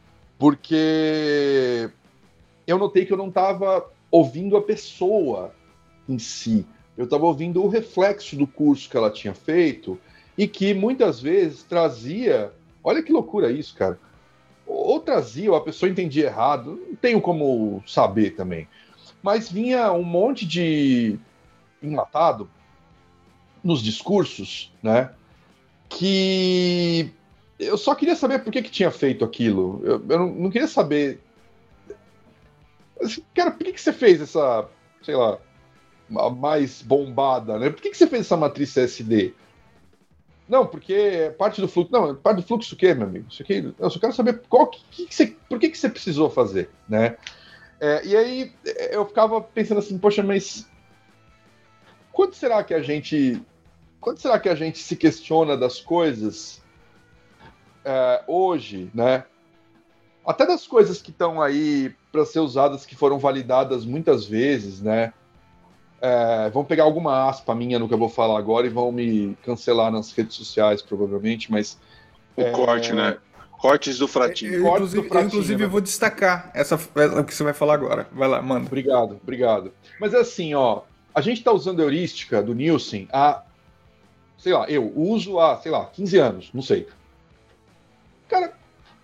porque eu notei que eu não estava ouvindo a pessoa em si. Eu estava ouvindo o reflexo do curso que ela tinha feito e que muitas vezes trazia... Olha que loucura isso, cara. Ou trazia, ou a pessoa entendia errado, não tenho como saber também. Mas vinha um monte de enlatado nos discursos, né? Que eu só queria saber por que, que tinha feito aquilo. Eu, eu não, não queria saber. Cara, por que, que você fez essa, sei lá, a mais bombada, né? Por que, que você fez essa matriz C S D? Não, porque é parte do fluxo. Não, parte do fluxo o quê, meu amigo? Isso aqui, eu só quero saber qual que, que você, por que, que você precisou fazer, né? É, e aí eu ficava pensando assim, poxa, mas quando será que a gente, quando será que a gente se questiona das coisas é, hoje, né? Até das coisas que estão aí para ser usadas, que foram validadas muitas vezes, né? É, vão pegar alguma aspa minha no que eu vou falar agora e vão me cancelar nas redes sociais, provavelmente, mas... O é... corte, né? Cortes do Fratinho. Eu, inclusive, do Fratinho, eu, inclusive né? vou destacar essa, o que você vai falar agora. Vai lá, manda. Obrigado, obrigado. Mas assim, ó, a gente está usando a heurística do Nielsen há, sei lá, eu uso há, sei lá, quinze anos, não sei. Cara,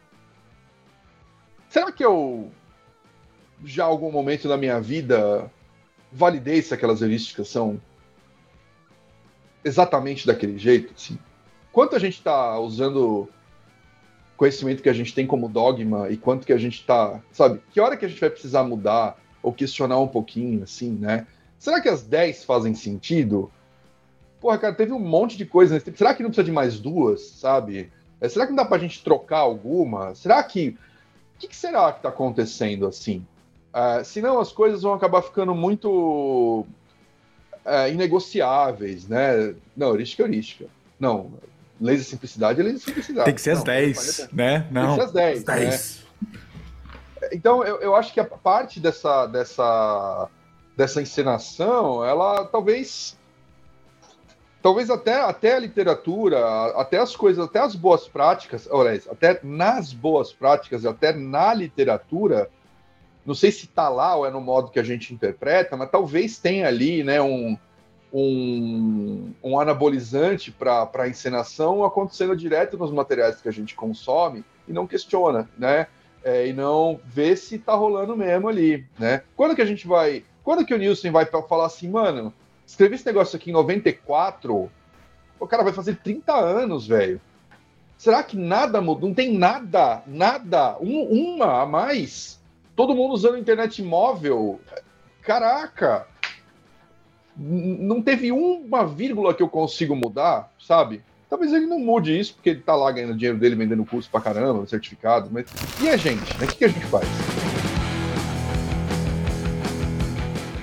será que eu já em algum momento da minha vida validei se aquelas heurísticas são exatamente daquele jeito? Assim? Quanto a gente está usando conhecimento que a gente tem como dogma e quanto que a gente está, sabe? Que hora que a gente vai precisar mudar ou questionar um pouquinho, assim, né? Será que as dez fazem sentido? Porra, cara, teve um monte de coisa nesse tempo. Será que não precisa de mais duas, sabe? É, será que não dá pra gente trocar alguma? Será que... O que, que será que tá acontecendo, assim? Uh, senão as coisas vão acabar ficando muito uh, inegociáveis, né? Não, heurística é heurística. Não, laser simplicidade é laser simplicidade. Tem que ser não, as dez, né? Não. Tem que ser as dez. dez. Né? Então, eu, eu acho que a parte dessa, dessa, dessa encenação, ela talvez... Talvez até, até a literatura, até as coisas, até as boas práticas, olha, até nas boas práticas, até na literatura... Não sei se está lá ou é no modo que a gente interpreta, mas talvez tenha ali, né, um, um, um anabolizante para a encenação acontecendo direto nos materiais que a gente consome e não questiona, né? É, e não vê se está rolando mesmo ali, né? Quando que a gente vai... Quando que o Nielsen vai falar assim, mano, escrevi esse negócio aqui em noventa e quatro, o cara vai fazer trinta anos, velho. Será que nada mudou? Não tem nada, nada, um, uma a mais... Todo mundo usando internet móvel. Caraca! Não teve uma vírgula que eu consigo mudar, sabe? Talvez ele não mude isso, porque ele tá lá ganhando dinheiro dele, vendendo curso pra caramba, certificado. Mas... E a gente, né? O que, que a gente faz?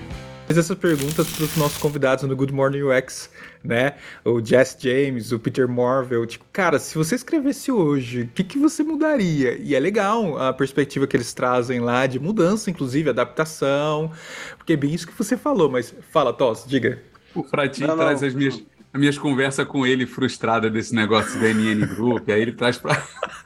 Fiz essas perguntas para os nossos convidados no Good Morning U X, né? O Jess James, o Peter Morville. Tipo, cara, se você escrevesse hoje, o que, que você mudaria? E é legal a perspectiva que eles trazem lá de mudança, inclusive, adaptação. Porque é bem isso que você falou, mas fala, Toss, diga. O Fratinho traz as minhas, as minhas conversas com ele frustrada desse negócio da N N Group, aí ele traz para...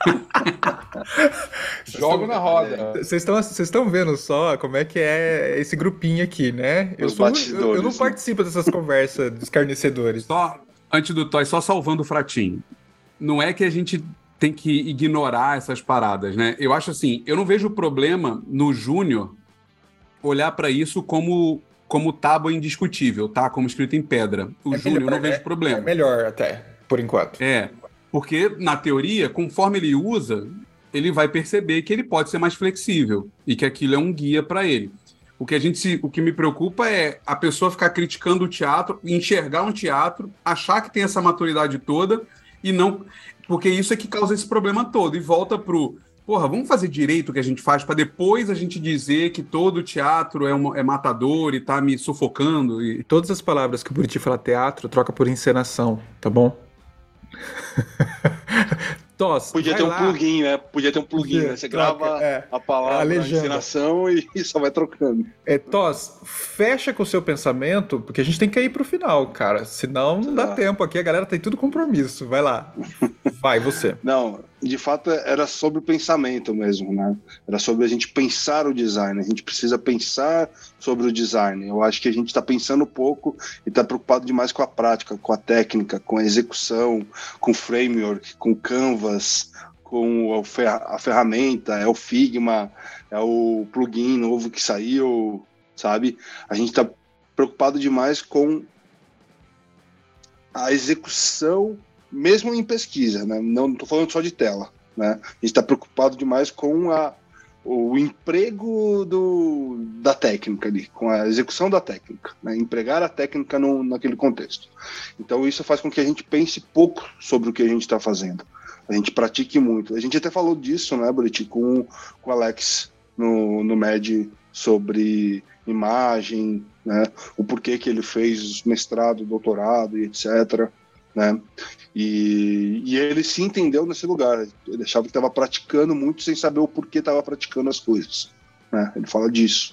Jogo na roda. Vocês estão vocês estão vendo só como é que é esse grupinho aqui, né? Eu, sou, eu, eu não participo dessas conversas dos escarnecedores. Só, antes do Toy, só salvando o Fratinho. Não é que a gente tem que ignorar essas paradas, né? Eu acho assim, eu não vejo problema no Júnior olhar para isso como, como tábua indiscutível, tá? Como escrito em pedra. O é Júnior, melhor, eu não vejo é, problema. É melhor até, por enquanto. É, porque na teoria, conforme ele usa, ele vai perceber que ele pode ser mais flexível e que aquilo é um guia para ele. O que, a gente se, o que me preocupa é a pessoa ficar criticando o teatro, enxergar um teatro, achar que tem essa maturidade toda e não... Porque isso é que causa esse problema todo. E volta pro... Porra, vamos fazer direito o que a gente faz para depois a gente dizer que todo teatro é, uma, é matador e tá me sufocando. E... Todas as palavras que o Buriti fala teatro, troca por encenação, tá bom? Toss, Podia ter um lá. plugin, né? Podia ter um plugin, Podia, né? Você troca, grava é, a palavra, a a legenda. encenação e, e só vai trocando. É, Toss, fecha com o seu pensamento, porque a gente tem que ir pro final, cara. Senão não dá Tá. tempo aqui, a galera tem tudo compromisso. Vai lá. Vai, você. Não, de fato era sobre o pensamento mesmo, né? Era sobre a gente pensar o design. A gente precisa pensar sobre o design. Eu acho que a gente está pensando pouco e está preocupado demais com a prática, com a técnica, com a execução, com o framework, com o Canvas, com a ferramenta, é o Figma, é o plugin novo que saiu, sabe? A gente está preocupado demais com a execução, mesmo em pesquisa, né? Não estou falando só de tela, né? A gente está preocupado demais com a, o emprego do, da técnica ali, com a execução da técnica, né? Empregar a técnica no, naquele contexto. Então isso faz com que a gente pense pouco sobre o que a gente está fazendo. A gente pratique muito. A gente até falou disso, né, Buriti, com, com o Alex no, no M E D sobre imagem, né? O porquê que ele fez mestrado, doutorado e etcétera, né? E, e ele se entendeu nesse lugar. Ele achava que estava praticando muito sem saber o porquê estava praticando as coisas, né? Ele fala disso.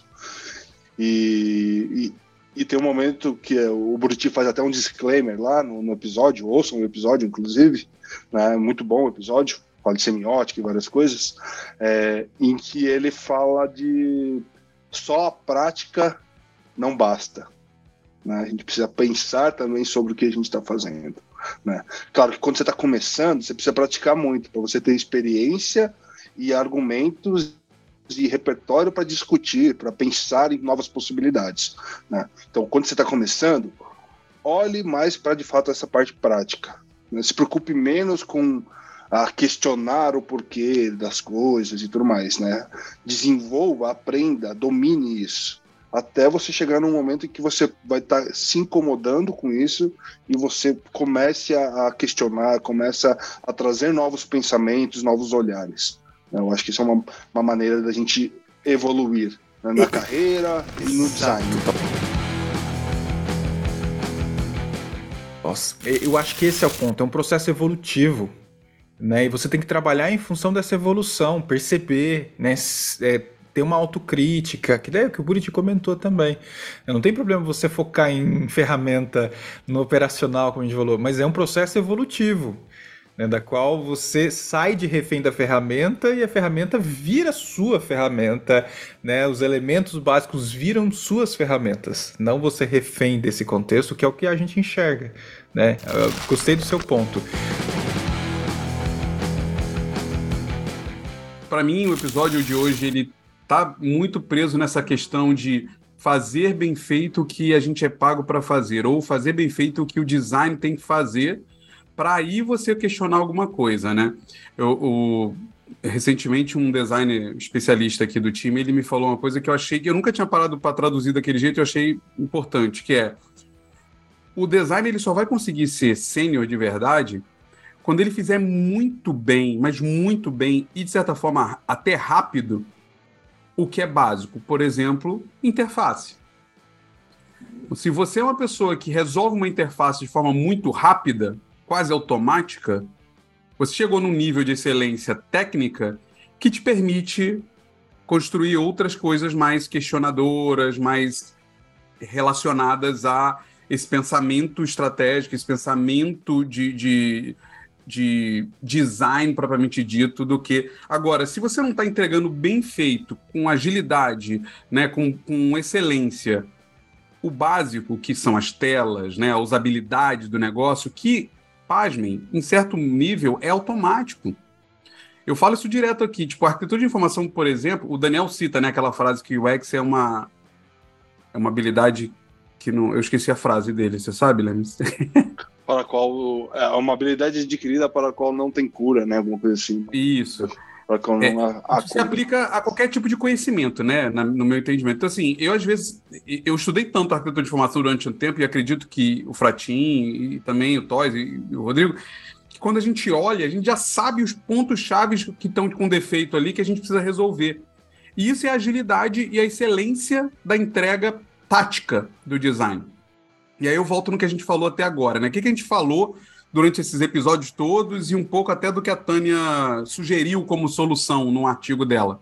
E, e, e tem um momento que o Buriti faz até um disclaimer lá no, no episódio, ouçam o episódio, inclusive, né? Muito bom o episódio, fala de semiótica e várias coisas, é, em que ele fala de só a prática não basta, né? A gente precisa pensar também sobre o que a gente está fazendo, né? Claro que quando você está começando, você precisa praticar muito para você ter experiência e argumentos e repertório para discutir, para pensar em novas possibilidades, né? Então, quando você está começando, olhe mais para, de fato, essa parte prática, né? Se preocupe menos com a questionar o porquê das coisas e tudo mais, né? Desenvolva, aprenda, domine isso, até você chegar num momento em que você vai estar se incomodando com isso e você comece a questionar, começa a trazer novos pensamentos, novos olhares. Eu acho que isso é uma, uma maneira da gente evoluir, né, na carreira e no design. Nossa, eu acho que esse é o ponto, é um processo evolutivo, né? E você tem que trabalhar em função dessa evolução, perceber, né? É, ter uma autocrítica, que é o que o Buriti comentou também. Não tem problema você focar em ferramenta no operacional, como a gente falou, mas é um processo evolutivo, né, da qual você sai de refém da ferramenta e a ferramenta vira sua ferramenta, né? Os elementos básicos viram suas ferramentas, não você refém desse contexto, que é o que a gente enxerga, né? Eu gostei do seu ponto. Para mim, o episódio de hoje ele tá muito preso nessa questão de fazer bem feito o que a gente é pago para fazer, ou fazer bem feito o que o design tem que fazer, para aí você questionar alguma coisa, né? Eu, o, recentemente, um designer especialista aqui do time, ele me falou uma coisa que eu achei que eu nunca tinha parado para traduzir daquele jeito, eu achei importante, que é o design ele só vai conseguir ser sênior de verdade quando ele fizer muito bem, mas muito bem, e de certa forma até rápido, o que é básico. Por exemplo, interface. Se você é uma pessoa que resolve uma interface de forma muito rápida, quase automática, você chegou num nível de excelência técnica que te permite construir outras coisas mais questionadoras, mais relacionadas a esse pensamento estratégico, esse pensamento de, de, de design propriamente dito, do que... Agora, se você não está entregando bem feito, com agilidade, né, com, com excelência, o básico, que são as telas, né, a usabilidade do negócio, que, pasmem, em certo nível, é automático. Eu falo isso direto aqui, tipo, a arquitetura de informação, por exemplo, o Daniel cita, né, aquela frase que o U X é uma, é uma habilidade que não... Eu esqueci a frase dele, você sabe, Lemes? Para a qual... É uma habilidade adquirida para a qual não tem cura, né, alguma coisa assim. Isso. Para a qual não há, há Isso se aplica a qualquer tipo de conhecimento, né, na, no meu entendimento. Então, assim, eu, às vezes, eu estudei tanto a arquitetura de informação durante um tempo, e acredito que o Fratin, e também o Toys e, e o Rodrigo, que quando a gente olha, a gente já sabe os pontos chaves que estão com defeito ali, que a gente precisa resolver. E isso é a agilidade e a excelência da entrega tática do design. E aí eu volto no que a gente falou até agora, né? O que, que a gente falou durante esses episódios todos e um pouco até do que a Tânia sugeriu como solução num artigo dela.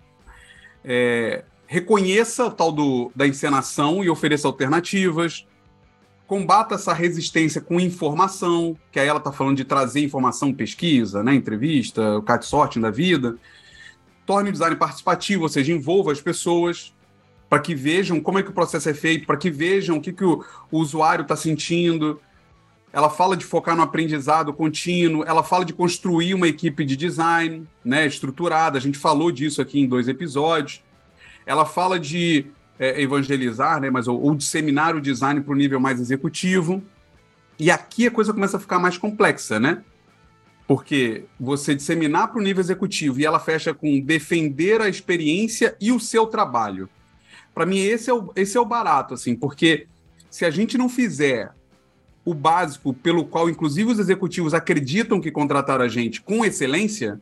É, reconheça o tal do, da encenação e ofereça alternativas, combata essa resistência com informação, que aí ela está falando de trazer informação, pesquisa, né, entrevista, o cat sorting da vida, torne o design participativo, ou seja, envolva as pessoas para que vejam como é que o processo é feito, para que vejam o que, que o, o usuário está sentindo. Ela fala de focar no aprendizado contínuo, ela fala de construir uma equipe de design, né, estruturada, a gente falou disso aqui em dois episódios. Ela fala de é, evangelizar, né, mas, ou, ou disseminar o design para o nível mais executivo. E aqui a coisa começa a ficar mais complexa, né? Porque você disseminar para o nível executivo e ela fecha com defender a experiência e o seu trabalho. Para mim, esse é, o, esse é o barato, assim, porque se a gente não fizer o básico pelo qual, inclusive, os executivos acreditam que contrataram a gente com excelência,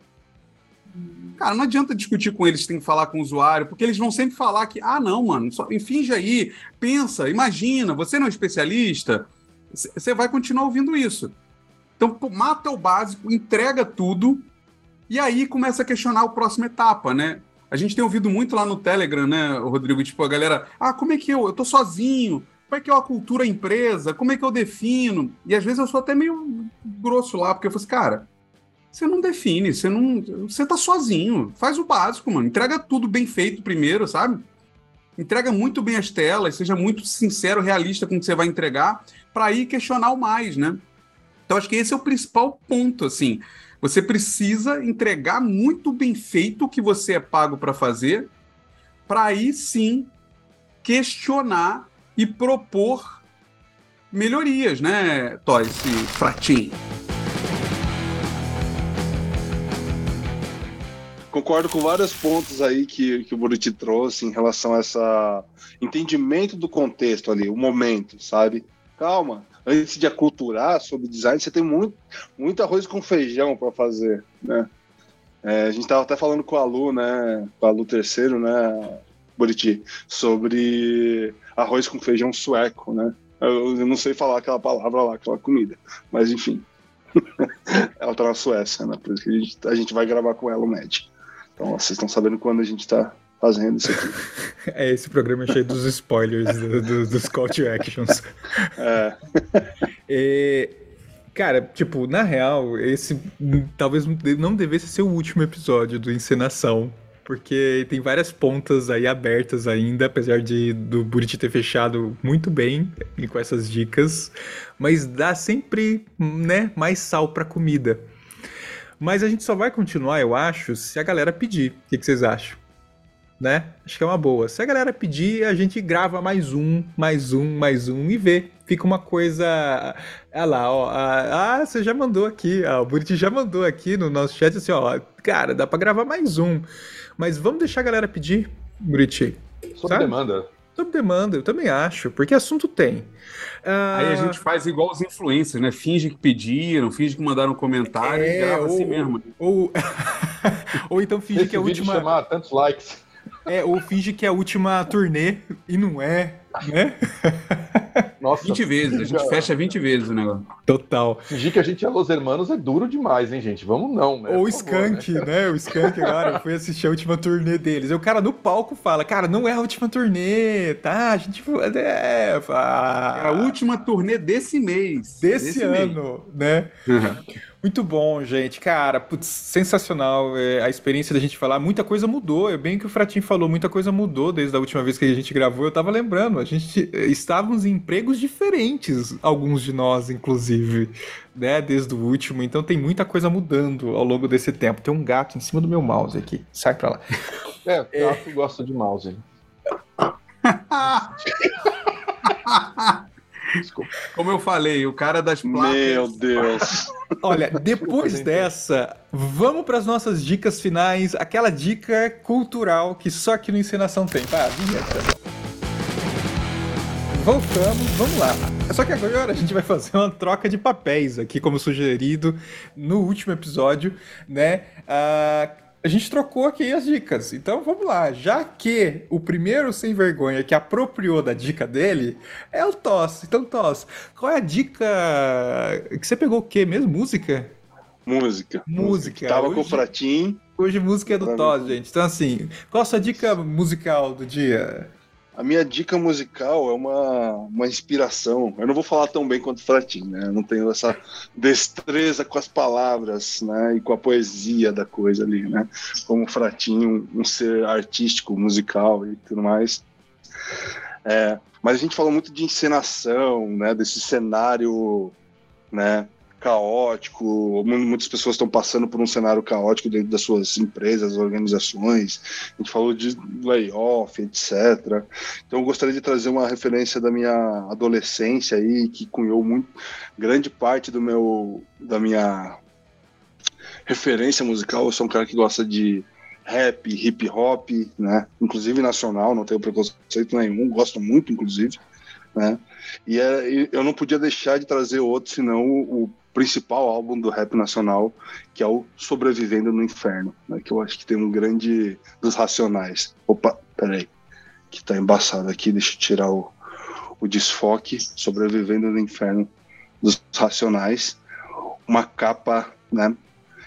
cara, não adianta discutir com eles, tem que falar com o usuário, porque eles vão sempre falar que, ah, não, mano, só, finge aí, pensa, imagina, você não é um especialista, você vai continuar ouvindo isso. Então, pô, mata o básico, entrega tudo, e aí começa a questionar a próxima etapa, né? A gente tem ouvido muito lá no Telegram, né, Rodrigo, tipo, a galera, ah, como é que eu, eu tô sozinho, como é que é a cultura empresa? Como é que eu defino? E às vezes eu sou até meio grosso lá, porque eu falo assim, cara, você não define, você não, você tá sozinho. Faz o básico, mano. Entrega tudo bem feito primeiro, sabe? Entrega muito bem as telas, seja muito sincero, realista com o que você vai entregar, para aí questionar o mais, né? Então acho que esse é o principal ponto, assim. Você precisa entregar muito bem feito o que você é pago para fazer, para aí sim questionar e propor melhorias, né, Toys e Fratin? Concordo com vários pontos aí que, que o Buriti trouxe em relação a esse entendimento do contexto ali, o momento, sabe? Calma, antes de aculturar sobre design, você tem muito, muito arroz com feijão para fazer, né? É, a gente estava até falando com a Lu, né, com a Lu terceiro, né, Buriti, sobre arroz com feijão sueco, né? Eu, eu não sei falar aquela palavra lá, aquela comida, mas enfim. Ela tá na Suécia, né? Por isso que a gente, a gente vai gravar com ela o Med. Então vocês estão sabendo quando a gente tá fazendo isso aqui. É, esse programa é cheio dos spoilers do, do, dos call to actions. É. E, cara, tipo, na real, esse talvez não devesse ser o último episódio do Encenação, porque tem várias pontas aí abertas ainda, apesar de do Buriti ter fechado muito bem e com essas dicas, mas dá sempre, né, mais sal pra comida. Mas a gente só vai continuar, eu acho, se a galera pedir. O que, que vocês acham? Né? Acho que é uma boa. Se a galera pedir, a gente grava mais um, mais um, mais um e vê. Fica uma coisa... Olha lá, ó. Ah, você já mandou aqui. Ah, o Buriti já mandou aqui no nosso chat assim, ó. Cara, dá pra gravar mais um. Mas vamos deixar a galera pedir, Buriti. Sob sabe? demanda. Sob demanda, eu também acho. Porque assunto tem. Ah, aí a gente faz igual os influencers, né? Finge que pediram, finge que mandaram um comentário é, e grava ou, assim mesmo. Ou, ou então finge Esse que é a vídeo última... chamar tantos likes. É, ou finge que é a última turnê e não é, né? Nossa, vinte vezes, a gente fecha vinte vezes o negócio. Total. fingir que a gente é Los Hermanos é duro demais, hein, gente? Vamos não, né? Ou o Por favor, Skank, né? né? O Skank agora, eu fui assistir a última turnê deles. E o cara no palco fala, cara, não é a última turnê, tá? A gente... É, ah, É a última turnê desse mês. desse, desse ano, né? mês. Muito bom, gente. Cara, putz, sensacional é, a experiência da gente falar. Muita coisa mudou. É bem o que o Fratinho falou, muita coisa mudou desde a última vez que a gente gravou. Eu tava lembrando, a gente eh, estávamos em empregos diferentes, alguns de nós, inclusive, né? Desde o último. Então tem muita coisa mudando ao longo desse tempo. Tem um gato em cima do meu mouse aqui. Sai pra lá. É, o gato gosta de mouse, hein? Desculpa. Como eu falei, o cara das placas. Meu Deus. Olha, depois dessa, vamos para as nossas dicas finais. Aquela dica cultural que só aqui no Encenação tem. Pá, vinheta. Voltamos, vamos lá. Só que agora a gente vai fazer uma troca de papéis aqui, como sugerido no último episódio, né? Ah, a gente trocou aqui as dicas. Então vamos lá. Já que o primeiro sem vergonha que apropriou da dica dele é o Toss. Então, Toss, qual é a dica que você pegou? O quê mesmo? Música? Música. Música. Tava Hoje- com o Fratim. Hoje música é do Pra Toss, mim. gente. Então assim, qual a sua dica musical do dia? A minha dica musical é uma, uma inspiração. Eu não vou falar tão bem quanto o Fratim, né? Eu não tenho essa destreza com as palavras, né? E com a poesia da coisa ali, né? Como o Fratim, um, um ser artístico, musical e tudo mais. É, mas a gente falou muito de encenação, né? Desse cenário, né? Caótico. Mu- Muitas pessoas estão passando por um cenário caótico dentro das suas empresas, organizações. A gente falou de layoff, etcétera. Então eu gostaria de trazer uma referência da minha adolescência aí, que cunhou muito, grande parte do meu, da minha referência musical. Eu sou um cara que gosta de rap, hip hop, né? Inclusive nacional, não tenho preconceito nenhum, gosto muito, inclusive, né? E, é, e eu não podia deixar de trazer outro, senão o, o principal álbum do rap nacional, que é o Sobrevivendo no Inferno, né? Que eu acho que tem um grande dos Racionais. Opa, peraí, que tá embaçado aqui, deixa eu tirar o, o desfoque. Sobrevivendo no Inferno dos Racionais, uma capa, né?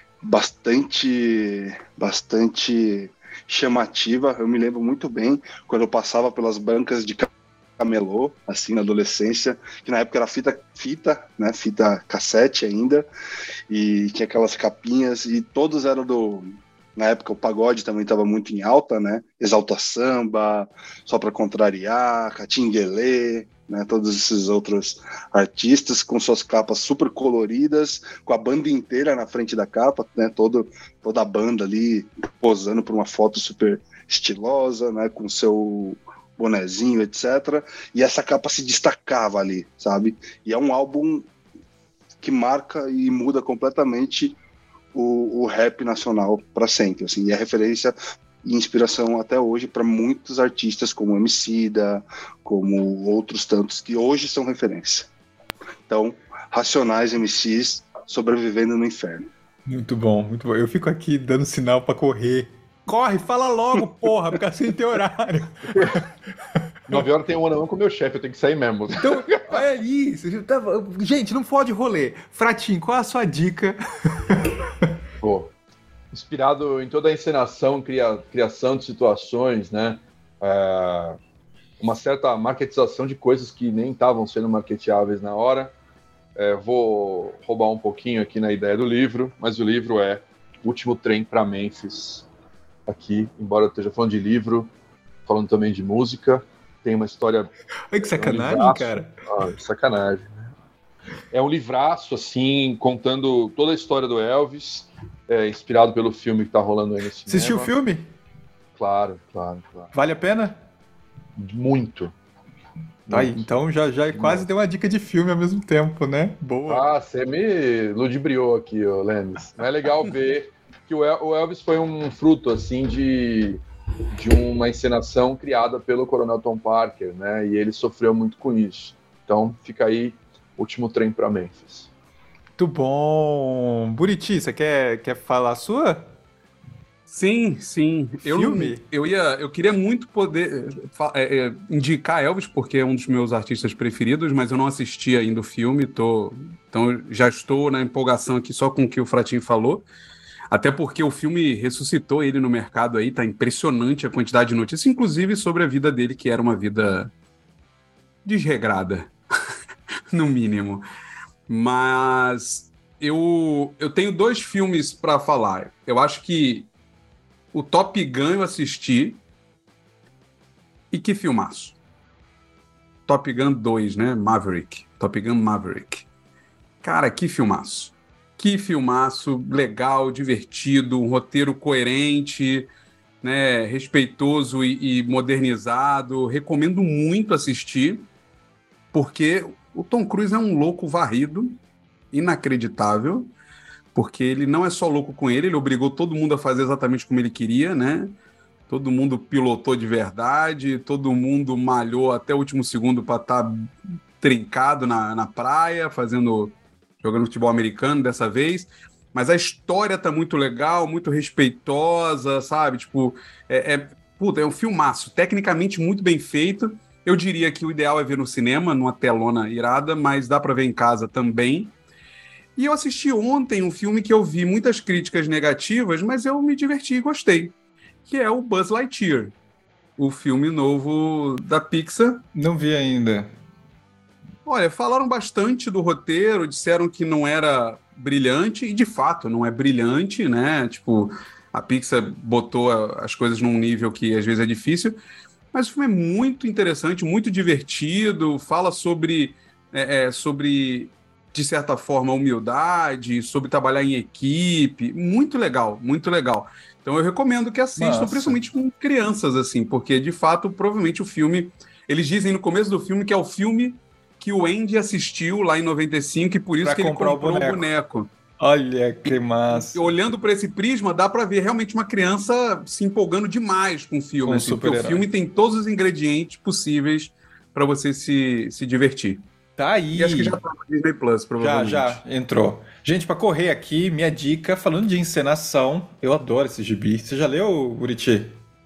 Bastante, bastante chamativa. Eu me lembro muito bem quando eu passava pelas bancas de camelô, assim, na adolescência, que na época era fita, fita, né, fita cassete ainda, e tinha aquelas capinhas, e todos eram do... Na época o pagode também estava muito em alta, né, Exalta Samba, Só Pra Contrariar, Catinguelê, né, todos esses outros artistas com suas capas super coloridas, com a banda inteira na frente da capa, né, todo, toda a banda ali posando por uma foto super estilosa, né, com seu bonezinho, etcétera. E essa capa se destacava ali, sabe? E é um álbum que marca e muda completamente o, o rap nacional para sempre, assim. E é referência e inspiração até hoje para muitos artistas como Emicida, como outros tantos que hoje são referência. Então, Racionais, M Cs, Sobrevivendo no Inferno. Muito bom, muito bom. Eu fico aqui dando sinal pra correr. Corre, fala logo, porra, porque assim tem horário. Nove horas tem um ano com o meu chefe, eu tenho que sair mesmo. Então, olha isso. Gente, não pode rolê. Fratinho, qual é a sua dica? Pô, inspirado em toda a encenação, cria, criação de situações, né? É, uma certa marketização de coisas que nem estavam sendo marketeáveis na hora. É, vou roubar um pouquinho aqui na ideia do livro, mas o livro é Último Trem para Memphis. Aqui, embora eu esteja falando de livro, falando também de música, tem uma história... Olha que sacanagem, um livraço. cara. Ah, sacanagem, né? É um livraço, assim, contando toda a história do Elvis, é, inspirado pelo filme que tá rolando aí no cinema. Assistiu o filme? Claro, claro, claro. Vale a pena? Muito. Tá aí, Muito. então já, já quase deu uma dica de filme ao mesmo tempo, né? Boa. Ah, você me ludibriou aqui, ô Lemes. Mas é legal ver que o El- o Elvis foi um fruto, assim, de, de uma encenação criada pelo Coronel Tom Parker, né? E ele sofreu muito com isso. Então, fica aí, Último Trem para Memphis. Muito bom. Buriti, você quer, quer falar a sua? Sim, sim. Eu, Filme? eu, ia, eu queria muito poder é, é, indicar Elvis, porque é um dos meus artistas preferidos, mas eu não assisti ainda o filme, tô, então já estou na empolgação aqui só com o que o Fratinho falou. Até porque o filme ressuscitou ele no mercado aí, tá impressionante a quantidade de notícias, inclusive sobre a vida dele, que era uma vida desregrada, no mínimo. Mas eu, eu tenho dois filmes para falar. Eu acho que o Top Gun eu assisti, e que filmaço. Top Gun dois, né? Maverick. Top Gun Maverick. Cara, que filmaço. Que filmaço, legal, divertido, um roteiro coerente, né, respeitoso e, e modernizado. Recomendo muito assistir, porque o Tom Cruise é um louco varrido, inacreditável, porque ele não é só louco com ele, ele obrigou todo mundo a fazer exatamente como ele queria, né? Todo mundo pilotou de verdade, todo mundo malhou até o último segundo para estar trincado na, na praia, fazendo... jogando futebol americano dessa vez, mas a história tá muito legal, muito respeitosa, sabe? Tipo, é, é, puta, é um filmaço, tecnicamente muito bem feito. Eu diria que o ideal é ver no cinema, numa telona irada, mas dá para ver em casa também. E eu assisti ontem um filme que eu vi muitas críticas negativas, mas eu me diverti e gostei, que é o Buzz Lightyear, o filme novo da Pixar. Não vi ainda. Olha, falaram bastante do roteiro, disseram que não era brilhante, e de fato não é brilhante, né? Tipo, a Pixar botou as coisas num nível que às vezes é difícil, mas o filme é muito interessante, muito divertido, fala sobre, é, é, sobre de certa forma, humildade, sobre trabalhar em equipe, muito legal, muito legal. Então eu recomendo que assistam, Nossa. principalmente com crianças, assim, porque de fato, provavelmente o filme, eles dizem no começo do filme que é o filme que o Andy assistiu lá em noventa e cinco e por isso Pra que ele comprar o comprou o boneco. boneco. Olha que massa. Olhando para esse prisma, dá para ver realmente uma criança se empolgando demais com o filme. Com assim, porque o super-herói. filme tem todos os ingredientes possíveis para você se, se divertir. Tá aí. E acho que já tá no Disney Plus, Já, provavelmente. já, entrou. Gente, pra correr aqui, minha dica, falando de encenação, eu adoro esse gibi. Você já leu, Buriti?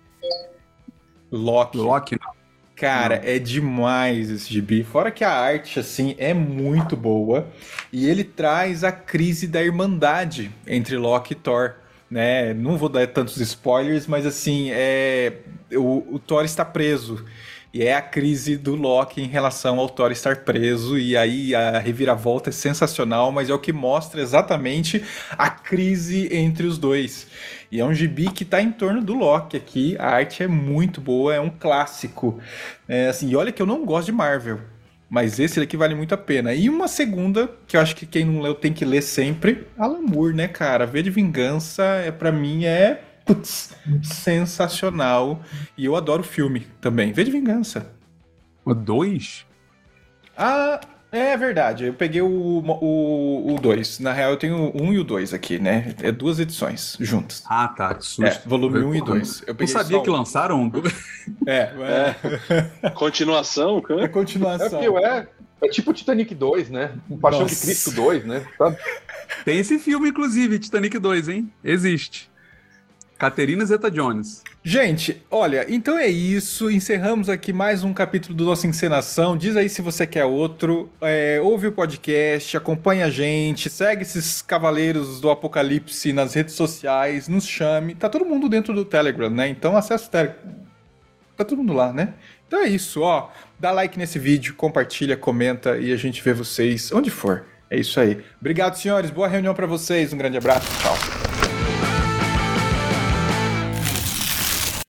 Loki. Loki, não. Cara, Não. é demais esse gibi. Fora que a arte, assim, é muito boa. E ele traz a crise da irmandade entre Loki e Thor. Né? Não vou dar tantos spoilers, mas assim, é... o, o Thor está preso. E é a crise do Loki em relação ao Thor estar preso. E aí a reviravolta é sensacional, mas é o que mostra exatamente a crise entre os dois. E é um gibi que tá em torno do Loki aqui. A arte é muito boa, é um clássico. É, assim, e olha que eu não gosto de Marvel, mas esse daqui vale muito a pena. E uma segunda, que eu acho que quem não leu tem que ler sempre, Alan Moore, né, cara? V de Vingança, é, pra mim, é putz, sensacional. E eu adoro o filme também. V de Vingança. O dois? Ah, é verdade. Eu peguei o dois. Na real, eu tenho o um e o dois aqui, né? É duas edições juntas. Ah, tá. Que susto. É, volume um e dois. Eu Não peguei sabia só que um. lançaram um dois. É, é. Continuação, É cara. continuação. É porque é, é tipo Titanic dois, né? Um Paixão Nossa. de Cristo dois, né? Sabe? Tem esse filme, inclusive, Titanic dois, hein? Existe. Catherine Zeta-Jones. Gente, olha, então é isso. Encerramos aqui mais um capítulo do nossa encenação. Diz aí se você quer outro. É, ouve o podcast, acompanha a gente, segue esses cavaleiros do apocalipse nas redes sociais, nos chame. Tá todo mundo dentro do Telegram, né? Então acessa o Telegram. Tá todo mundo lá, né? Então é isso, ó. Dá like nesse vídeo, compartilha, comenta e a gente vê vocês onde for. É isso aí. Obrigado, senhores. Boa reunião pra vocês. Um grande abraço. Tchau.